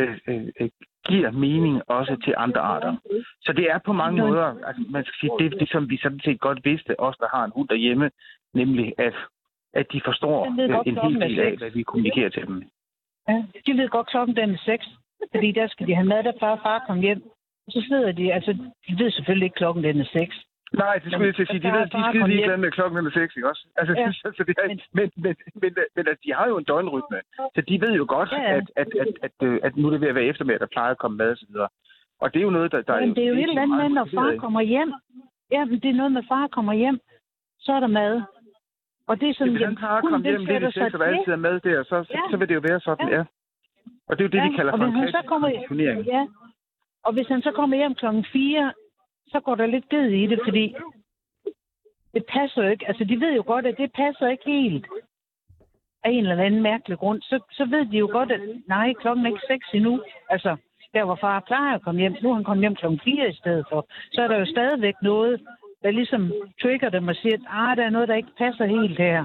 giver mening også til andre arter. Så det er på mange måder, altså man skal sige, det som vi sådan set godt vidste, os der har en hund derhjemme, nemlig at de forstår en hel del af, hvad vi kommunikerer til dem. Ja, de ved godt klokken den er 6, fordi der skal de have mad, der far kommer hjem. Og så sidder de, altså de ved selvfølgelig ikke klokken den er 6. Nej, det skulle jeg til at sige. De ved, de er skide ligeglade med klokken den er 6, ikke også? Altså, ja. Så det er, men de har jo en døgnrytme, så de ved jo godt, at nu er det ved at være eftermiddag, der plejer at komme mad og så videre. Og det er jo noget, der er... Men det er jo et eller andet med, når far kommer hjem. Ja, men det er noget med, far kommer hjem, så er der mad. Og det er sådan, hvis han har kommet hjem lidt i 6, og der altid er mad der, så vil det jo være sådan, ja. Og det er jo det, de kalder for en klassisk turnering. Ja, og hvis han så kommer hjem klokken 4, så går der lidt ged i det, fordi det passer jo ikke. Altså, de ved jo godt, at det passer ikke helt af en eller anden mærkelig grund. Så ved de jo godt, at nej, klokken er ikke 6 endnu. Altså, der hvor far plejer at komme hjem, nu er han kommet hjem klokken 4 i stedet for. Så er der jo stadigvæk noget, der ligesom trigger dem og siger, at der er noget, der ikke passer helt her.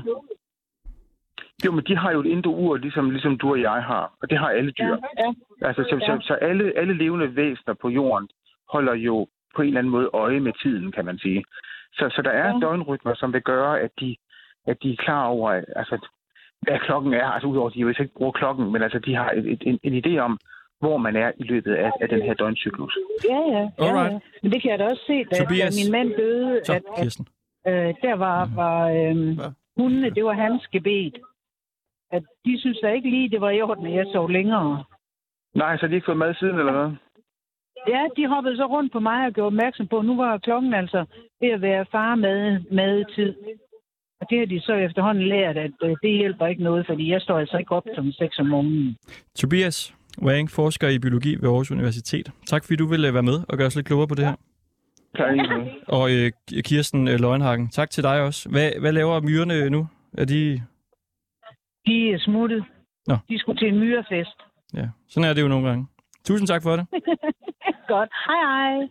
Jo, men de har jo et indre ur, ligesom du og jeg har. Og det har alle dyr. Ja. Altså, så alle levende væsener på jorden holder jo på en eller anden måde øje med tiden, kan man sige. Så der er døgnrytmer, som vil gøre, at de er klar over, altså, hvad klokken er. Altså, udover at de jo ikke bruger klokken, men altså, de har en idé om, hvor man er i løbet af den her døgncyklus. Ja. Men det kan jeg da også se, da min mand døde, at der var hundene, det var hans gebet. At de synes da ikke lige, det var i orden, at jeg sov længere. Nej, så de ikke fået mad siden, eller hvad? Ja, de hoppede så rundt på mig og gjorde opmærksom på, at nu var klokken altså ved at være far med tid. Og det har de så efterhånden lært, at det hjælper ikke noget, fordi jeg står altså ikke op som 6 om morgenen. Tobias Wang, forsker i biologi ved Aarhus Universitet. Tak fordi du ville være med og gøre os lidt klogere på det her. Tak. Og Kirsten Løjenhagen, tak til dig også. Hvad laver myrerne nu? Er de... De er smuttet. Nå. De skulle til en myrefest. Ja, sådan er det jo nogle gange. Tusind tak for det. Godt. Hej.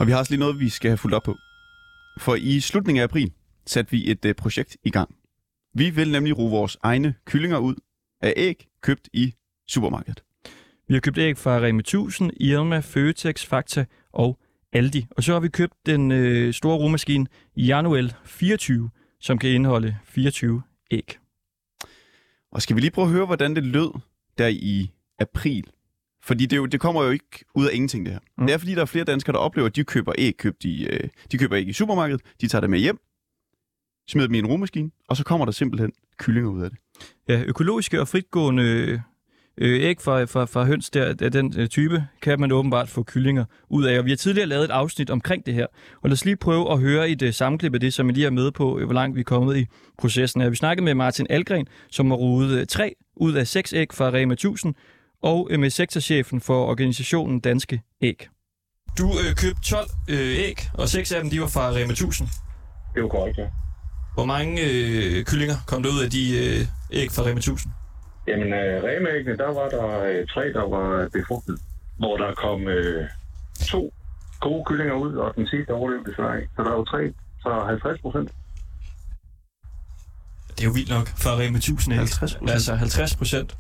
vi har også lige noget, vi skal have fulgt op på. For i slutningen af april satte vi et projekt i gang. Vi vil nemlig ruge vores egne kyllinger ud af æg, købt i supermarkedet. Vi har købt æg fra Rema 1000, Irma, Føtex, Fakta og Aldi. Og så har vi købt den store rugemaskine Januel 24, som kan indeholde 24 æg. Og skal vi lige prøve at høre, hvordan det lød der i april? Fordi det kommer jo ikke ud af ingenting, det her. Det er fordi, der er flere danskere, der oplever, at de køber æg i supermarkedet, de tager det med hjem, smider dem i en rugemaskine, og så kommer der simpelthen kyllinger ud af det. Ja, økologiske og fritgående æg fra høns af den type, kan man åbenbart få kyllinger ud af. Og vi har tidligere lavet et afsnit omkring det her. Og lad os lige prøve at høre et sammenklip af det, som I lige er med på, hvor langt vi er kommet i processen her. Vi snakkede med Martin Algren, som har ruget 3 ud af 6 æg fra Rema 1000, og med sektorchefen for organisationen Danske Æg. Du købte 12 æg, og 6 af dem de var fra Rema 1000. Det var korrekt, ja. Hvor mange kyllinger kom der ud af de æg fra Rema 1000? Jamen, Rema-æggene, der var der 3, der var befrugtet, hvor der kom 2 gode kyllinger ud, og den sidste overlevede desværre ikke. Så der var 3, så 50%. Det er jo vildt nok for Rema 1000 æg. 50%? Altså 50%.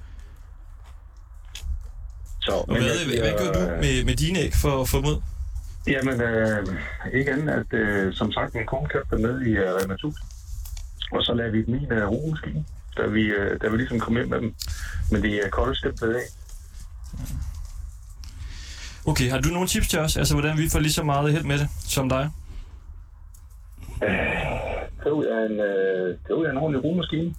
Så, og hvad gør du med dine æg for at få dem ud? Jamen, ikke andet at, som sagt, min kone købte dem med i Rema 1000. Og så lavede vi dem i en rugemaskine, da vi ligesom kom ind med dem. Men det er koldt stemplet af. Okay, har du nogle tips til os? Altså, hvordan vi får lige så meget held med det, som dig? Køb ud af en ordentlig rugemaskine.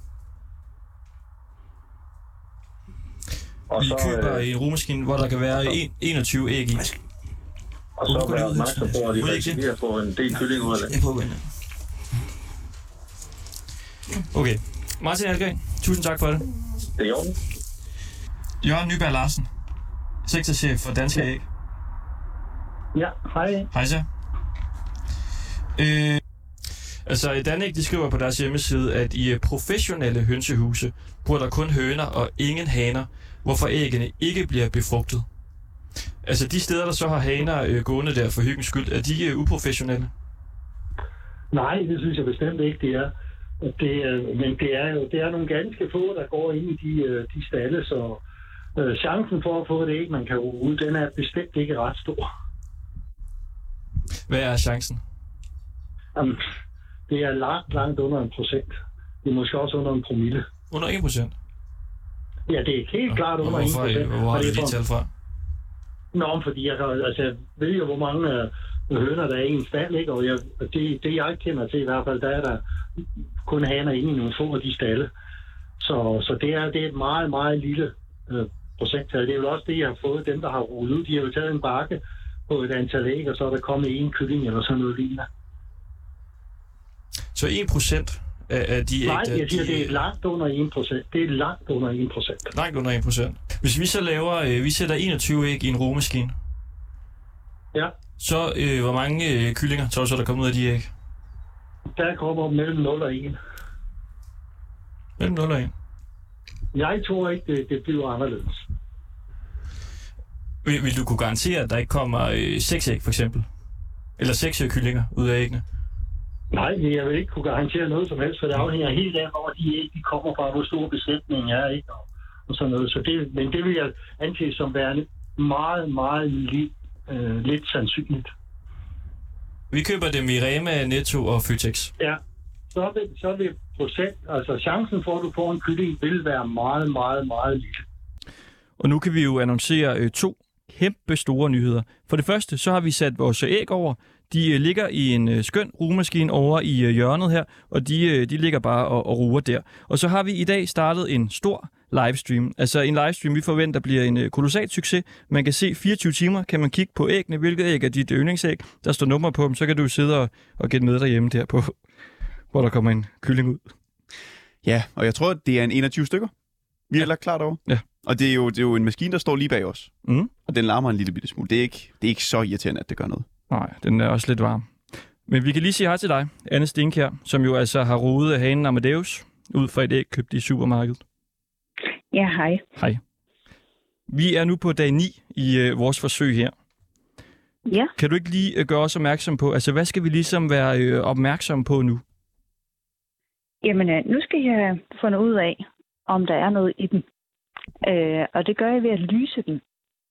Og vi køber en rugemaskine, hvor der kan være 21 æg i. Og så være opmærksom på, at de risikerer at få en del kylling ud af det. Okay. Martin Algren, tusind tak for det. Det er i orden. Jørgen Nyberg Larsen, sektorchef for Danske Æg. Ja, hej. Hej så. Altså, Danæg, de skriver på deres hjemmeside, at i professionelle hønsehuse bruger der kun høner og ingen haner, hvorfor æggene ikke bliver befrugtet. Altså, de steder, der så har haner gående der for hyggens skyld, er de uprofessionelle? Nej, det synes jeg bestemt ikke, det er. Men det er nogle ganske få, der går ind i de stalle, så chancen for at få det æg, man kan ud, den er bestemt ikke ret stor. Hvad er chancen? Jamen, det er langt under 1%. Det er måske også under 1 promille. Under 1%? Ja, det er helt klart under 1%. Hvor har du de tal fra? Nå, fordi jeg ved jo, hvor mange høner der er i en stald, ikke? Og det jeg kender til i hvert fald, der er der kun haner inde i nogle få af de stalle. Så det er et meget, meget lille procenttal. Det er jo også det, jeg har fået. Dem, der har rullet ud, de har jo taget en bakke på et antal æg, og så er der kommet en kylling eller sådan noget lignende. Så 1% af de æg... Nej, jeg siger, det er langt under 1%. Det er langt under 1%. Langt under 1%. Hvis vi så vi sætter 21 æg i en rugemaskine, ja. Så hvor mange kyllinger tror du så, der kommer ud af de æg? Der kommer mellem 0 og 1. Mellem 0 og 1? Jeg tror ikke, det bliver anderledes. Vil du kunne garantere, at der ikke kommer 6 æg, for eksempel? Eller 6 kyllinger ud af æggene? Nej, jeg vil ikke kunne garantere noget som helst, for det afhænger helt af, hvor de æg de kommer fra, hvor stor besætningen er, ikke? Og sådan noget. Men det vil jeg antage som værende meget, meget lidt sandsynligt. Vi køber dem i Rema, Netto og Føtex. Ja, så vil procent, altså chancen for, at du får en kylling, vil være meget, meget, meget lille. Og nu kan vi jo annoncere 2 kæmpe store nyheder. For det første, så har vi sat vores æg over. De ligger i en skøn rugemaskine over i hjørnet her, og de ligger bare og ruger der. Og så har vi i dag startet en stor livestream. Altså en livestream, vi forventer bliver en kolossal succes. Man kan se 24 timer, kan man kigge på æggene. Hvilket æg er dit yndlingsæg? Der står nummer på dem, så kan du sidde og gætte med derhjemme der på, hvor der kommer en kylling ud. Ja, og jeg tror, det er en 21 stykker. Vi er lagt klart over. Ja. Og det er jo en maskine, der står lige bag os. Mm. Og den larmer en lille bitte smule. Det er ikke så irriterende, at det gør noget. Nej, den er også lidt varm. Men vi kan lige sige hej til dig, Anne Stenkjær, som jo altså har rodet hanen Amadeus ud fra et æg købt i supermarkedet. Ja, hej. Hej. Vi er nu på dag 9 i vores forsøg her. Ja. Kan du ikke lige gøre os opmærksom på, altså hvad skal vi ligesom være opmærksom på nu? Jamen, nu skal jeg have fundet ud af, om der er noget i den. Og det gør jeg ved at lyse den.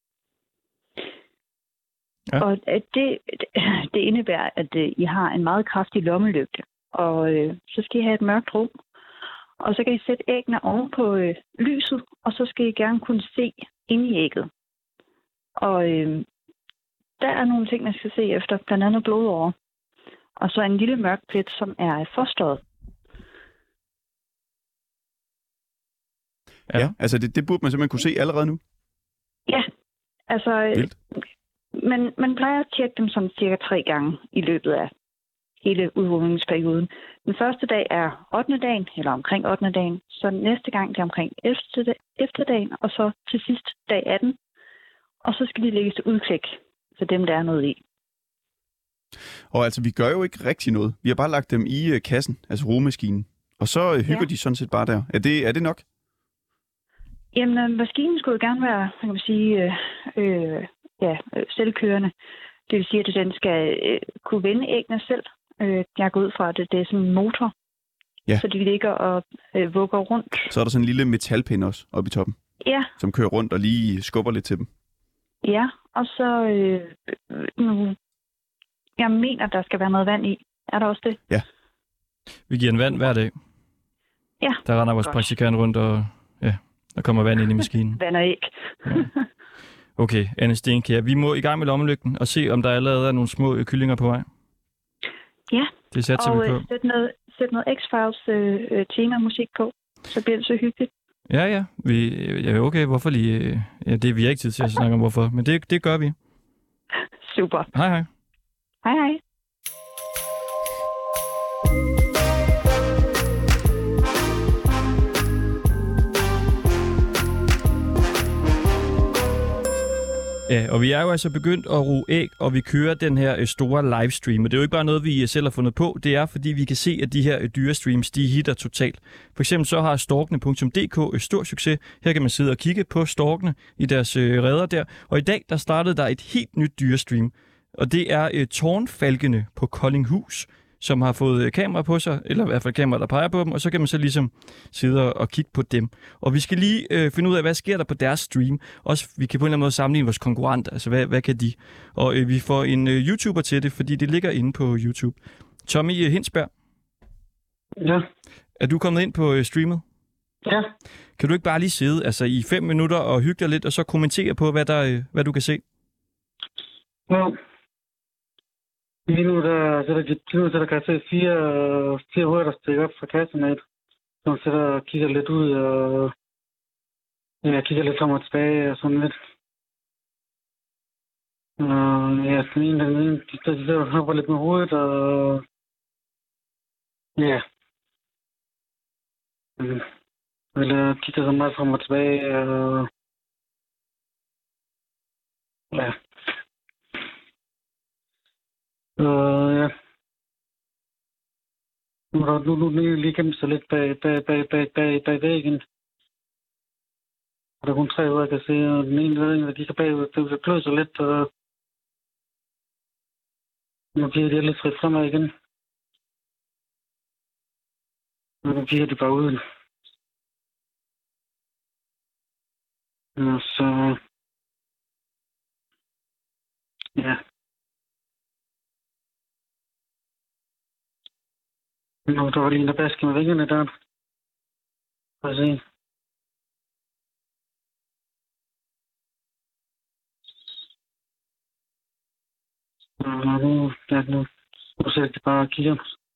Ja. Og det indebærer, at I har en meget kraftig lommelygte. Og så skal I have et mørkt rum. Og så kan I sætte æggene oven på lyset, og så skal I gerne kunne se ind i ægget. Og der er nogle ting, man skal se efter, blandt andet blodårer. Og så en lille mørk plet, som er fosteret. Ja, altså det burde man simpelthen kunne se allerede nu. Ja, altså man plejer at tjekke dem sådan cirka 3 gange i løbet af hele udrulningsperioden. Den første dag er 8. dagen, eller omkring 8. dagen. Så næste gang det er omkring efterdagen, og så til sidst dag 18. Og så skal de lægges til udklæk for dem, der er noget i. Og altså, vi gør jo ikke rigtig noget. Vi har bare lagt dem i kassen, altså rugemaskinen. Og så hygger de sådan set bare der. Er det nok? Jamen, maskinen skulle jo gerne være, man kan sige, selvkørende. Det vil sige, at den skal kunne vende æggene selv. Jeg går ud fra, at det er sådan en motor, så de ligger og vugger rundt. Så er der sådan en lille metalpind også oppe i toppen, som kører rundt og lige skubber lidt til dem. Ja, og så jeg mener, der skal være noget vand i. Er der også det? Ja. Vi giver en vand hver dag. Ja. Der render vores praktikant rundt, og der kommer vand ind i maskinen. Vand og æg. Okay, Anne Stenkjær, vi må i gang med lommelygten og se, om der allerede er nogle små kyllinger på vej. Ja, det satser vi på. Og sæt noget X-Files temamusik på, så bliver det så hyggeligt. Ja. Okay, hvorfor lige? Ja, det vi har ikke tid til at snakke om, hvorfor, men det gør vi. Super. Hej. Hej. Ja, og vi er jo altså begyndt at ruge æg, og vi kører den her store livestream. Og det er jo ikke bare noget, vi selv har fundet på. Det er, fordi vi kan se, at de her dyrestreams, de hitter totalt. For eksempel så har storkene.dk stor succes. Her kan man sidde og kigge på storkene i deres reder der. Og i dag, der startede der et helt nyt dyrestream. Og det er tårnfalkene på Koldinghus, som har fået kamera på sig, eller i hvert fald kamera, der peger på dem, og så kan man så ligesom sidde og kigge på dem. Og vi skal lige finde ud af, hvad sker der på deres stream. Også vi kan på en eller anden måde sammenligne vores konkurrenter, altså hvad kan de? Og vi får en YouTuber til det, fordi det ligger inde på YouTube. Tommy Hinsberg. Ja. Er du kommet ind på streamet? Ja. Kan du ikke bare lige sidde i 5 minutter og hygge dig lidt, og så kommentere på, hvad du kan se? Ja. Lige nu, der kan jeg se fire hoveder, der stikker op fra kassen af. Så man sidder og kigger lidt ud, og jeg kigger lidt frem og tilbage og sådan lidt. Og ja, den ene, de sidder og hopper lidt med hovedet, og ja. Eller kigger så meget frem og tilbage, og ja. Ja. Nu lige gemt sig lidt bag væggen. Der er kun 3 uger, jeg kan se, og den ene der kigger bagud, der kløser sig lidt, og nu bliver de lidt frit fremad igen. Og nu bliver de bare uden. Og så ja. Nu der var lige en, der basker med vingerne der. Prøv at se. Og nu sætter de bare og kigger.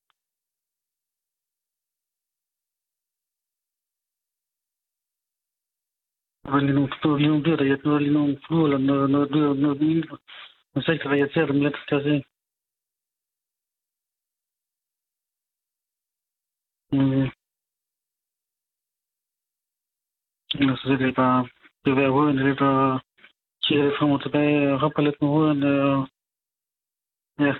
Og lige nu bliver der hjælp, nu er der lige nogle fluer eller noget mindre. Og så ikke der irriterer dem lidt, kan jeg se. Og så det bare bevæger hovedet lidt og kigger lidt frem og tilbage og hopper lidt med hovedet og ja.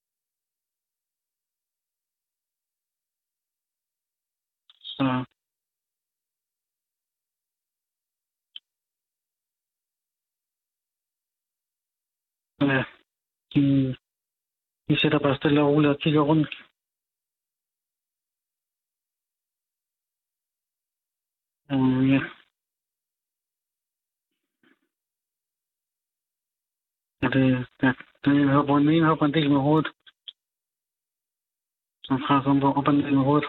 Så ja. sidder bare stille og roligt og kigger rundt. Ja. Og den ene hopper en del med hovedet. Som fra som hopper en del med hovedet.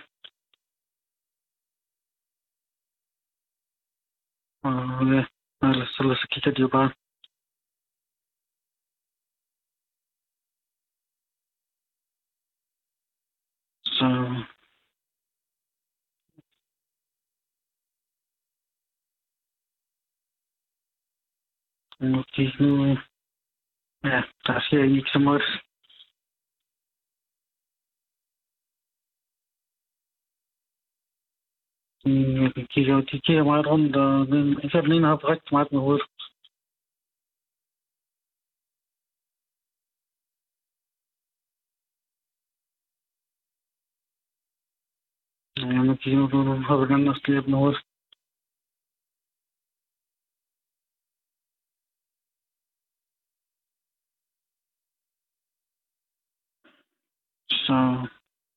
Og ja, ellers så kigger de jo bare. Så nu, ja, der sker ikke så meget. De kigger meget rundt, og den ene har rigtig meget med hovedet. Ja, nu har vi den også lige med hovedet. Så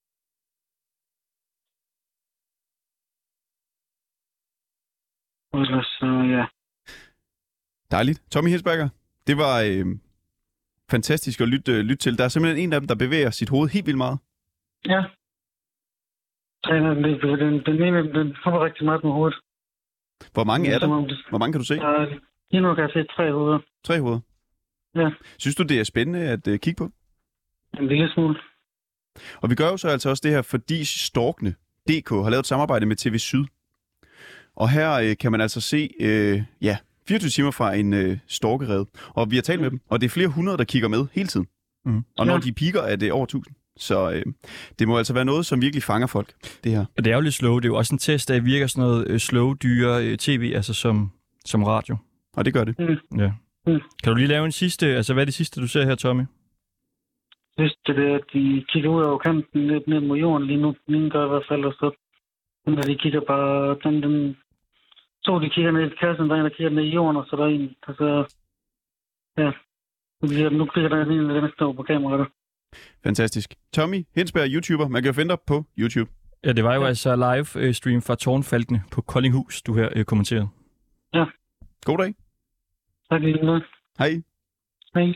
ellers, ja. Dejligt. Tommy Hinsberger, det var fantastisk at lytte til. Der er simpelthen en af dem, der bevæger sit hoved helt vildt meget. Ja. Den ene, den hopper rigtig meget med hovedet. Hvor mange er der? Hvor mange kan du se? Lige nu kan jeg se 3 hoveder. 3 hoveder? Ja. Synes du, det er spændende at kigge på? En lille smule. Og vi gør jo så altså også det her, fordi Storkene.dk har lavet et samarbejde med TV Syd. Og her kan man altså se 24 timer fra en storkerede. Og vi har talt med dem, og det er flere hundrede, der kigger med hele tiden. Mm. Og når de piker, er det over 1000. Så det må altså være noget, som virkelig fanger folk, det her. Og det er jo lidt slow. Det er jo også en test, der virker sådan noget slow, dyre tv, altså som radio. Og det gør det. Mm. Ja. Mm. Kan du lige lave en sidste, altså hvad er det sidste, du ser her, Tommy? Det er, at de kigger ud over kanten lidt ned mod jorden lige nu. Den gør i hvert fald også. Når de kigger bare, de kigger ned i kassen, der er en, der kigger ned i jorden, og så der er en, der så, ja. Nu kigger der en, der står på kameraet. Fantastisk. Tommy Hinsberg, YouTuber. Man kan jo finde dig på YouTube. Ja, det var jo altså live stream fra Tårnfalkene på Koldinghus, du her kommenterede. Ja. God dag. Tak lige meget. Hej. Hej.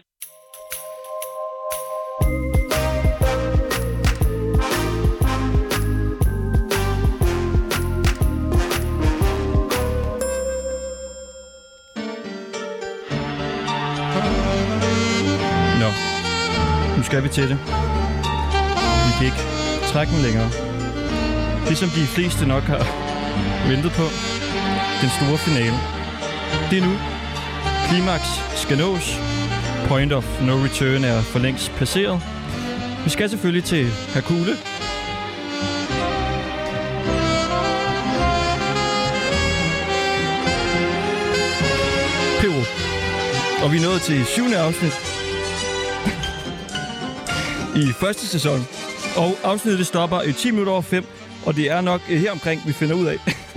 Nu skal vi til det. Vi kan ikke trække den længere. Det, som de fleste nok har ventet på. Den store finale. Det er nu. Klimaks skal nås. Point of no return er for længst passeret. Vi skal selvfølgelig til Hercule. Peru. Og vi er nået til 7. afsnit i første sæson. Og afsnittet stopper 10 minutter over 5, og det er nok her omkring, vi finder ud af.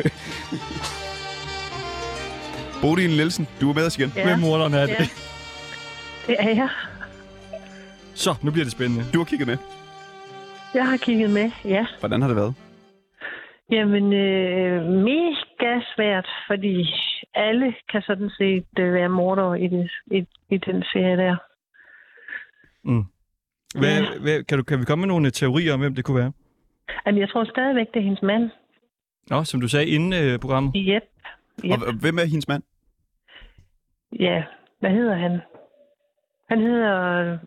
Bodil Nielsen, du er med os igen. Ja. Hvem morderen er det? Ja. Det er jeg. Så, nu bliver det spændende. Du har kigget med. Jeg har kigget med, ja. Hvordan har det været? Jamen, mega svært, fordi alle kan sådan set være mordere i den serie der. Mm. Kan vi komme med nogle teorier om, hvem det kunne være? Jamen, jeg tror stadigvæk, det er hendes mand. Nå, som du sagde inden programmet. Yep. Og hvem er hendes mand? Ja, hvad hedder han? Han hedder...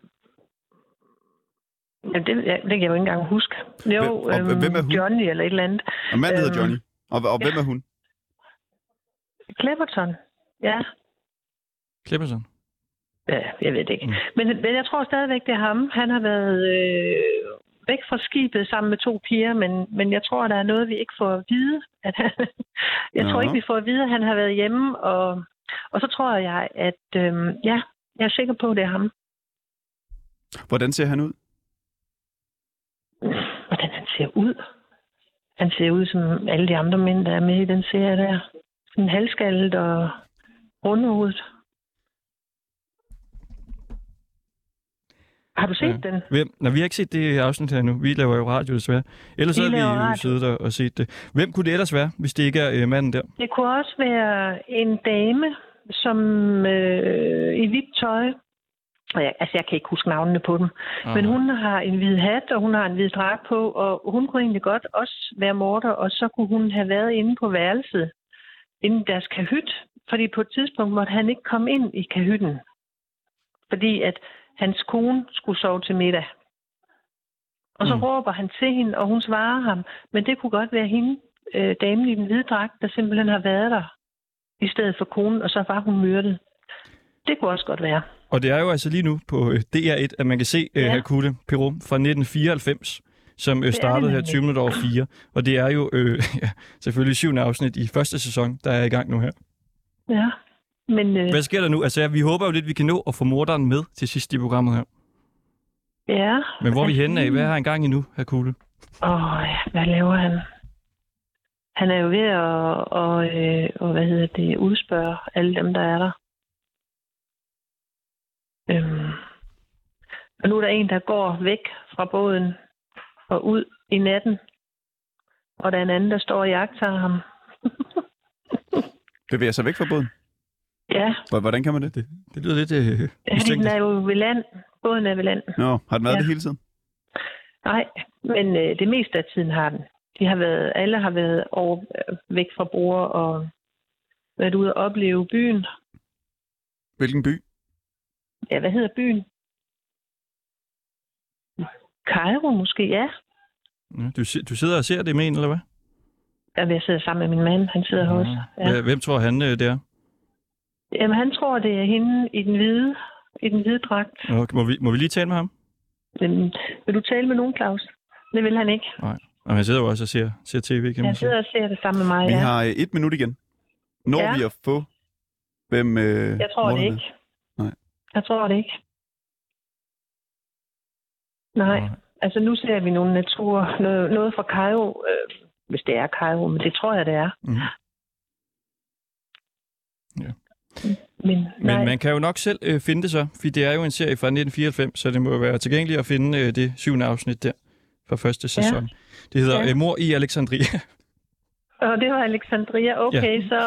Jamen, det kan jeg jo ikke engang huske. Jo, hvem er hun? Johnny eller et eller andet. Og manden hedder Johnny. Og hvem er hun? Clipperton, ja. Clipperton? Ja, jeg ved det ikke. Men jeg tror stadigvæk, det er ham. Han har været væk fra skibet sammen med 2 piger, men jeg tror, der er noget, vi ikke får at vide. Jeg tror ikke, vi får at vide, at han har været hjemme, og så tror jeg, at jeg er sikker på, at det er ham. Hvordan ser han ud? Hvordan han ser ud? Han ser ud som alle de andre mænd, der er med i den serie der. Sådan halvskaldet og rundhovedet. Har du set den? Nej, vi har ikke set det afsnit her nu. Vi laver jo radio desværre. Ellers havde vi jo siddet der og set det. Hvem kunne det ellers være, hvis det ikke er manden der? Det kunne også være en dame, som i hvidt tøj. Jeg kan ikke huske navnene på dem. Aha. Men hun har en hvid hat, og hun har en hvid dragt på, og hun kunne egentlig godt også være morder, og så kunne hun have været inde på værelset, inde i deres kahyt, fordi på et tidspunkt måtte han ikke komme ind i kahytten, fordi at hans kone skulle sove til middag. Og så råber han til hende, og hun svarer ham, men det kunne godt være hende, damen i den hvide dragt, der simpelthen har været der, i stedet for konen, og så var hun myrdet. Det kunne også godt være. Og det er jo altså lige nu på DR1, at man kan se Hercule Poirot fra 1994, som startede her 20 minutter over 4. Og det er jo selvfølgelig 7. afsnit i første sæson, der er i gang nu her. Ja, men... Hvad sker der nu? Altså, vi håber jo lidt, vi kan nå at få morderen med til sidst i programmet her. Ja. Men hvor er vi henne af? Hvad har han gang i nu, Hercule? Hvad laver han? Han er jo ved at udspørge alle dem, der er der. Og nu er der en, der går væk fra båden og ud i natten. Og der er en anden, der står og jagter ham. Bevæger sig væk fra båden? Ja. Hvordan kan man det? Det lyder lidt fordi den er jo ved land. Båden er ved land. Nå, har den været det hele tiden? Nej, men det meste af tiden har den. Alle har været væk fra bord og været ude og opleve byen. Hvilken by? Ja, hvad hedder byen? Kairo måske, ja. Du sidder og ser det med en, eller hvad? Jeg sidder sammen med min mand. Han sidder hos. Ja. Hvem tror han, det er? Jamen, han tror, det er hende i den hvide dragt. Okay, må vi lige tale med ham? Vil du tale med nogen, Claus? Det vil han ikke. Nej. Og han sidder jo også og ser tv, kan man sige. Han sidder og ser det sammen med mig, Vi har 1 minut igen. Når vi at få hvem... Jeg tror det ikke. Nej. Jeg tror det ikke. Nej. Altså, nu ser vi nogle natur... Noget fra Kairo, hvis det er Kairo, men det tror jeg, det er. Mm. Ja. Men man kan jo nok selv finde det så, for det er jo en serie fra 1994, så det må jo være tilgængeligt at finde det 7. afsnit der fra første sæson. Ja. Det hedder Mord i Alexandria. Og det var Alexandria. Okay, ja.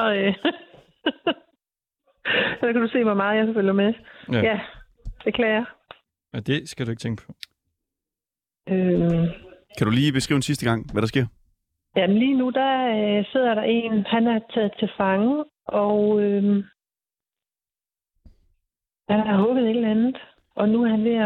Så kan du se, hvor meget jeg følger med. Ja, beklager. Ja, det skal du ikke tænke på. Kan du lige beskrive en sidste gang, hvad der sker? Jamen lige nu, der sidder der en, han er taget til fange, og han har hugget et eller andet. Og nu er han ved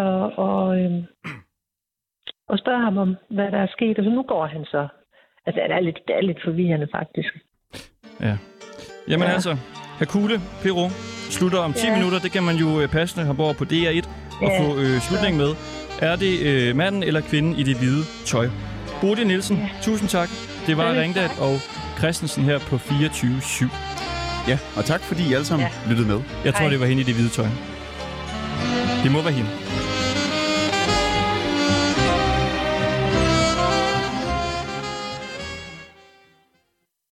at spørge ham om, hvad der er sket. Og så nu går han så. Altså, det er lidt forvirrende, faktisk. Ja. Jamen altså, Hercule Poirot slutter om 10 minutter. Det kan man jo passende have over på DR1 og få slutningen med. Er det manden eller kvinden i det hvide tøj? Bodil Nielsen, tusind tak. Det var Ringdal og Christensen her på 24/7. Ja, og tak fordi I alle sammen lyttede med. Jeg tror, det var hende i det hvide tøj. Det må være hende.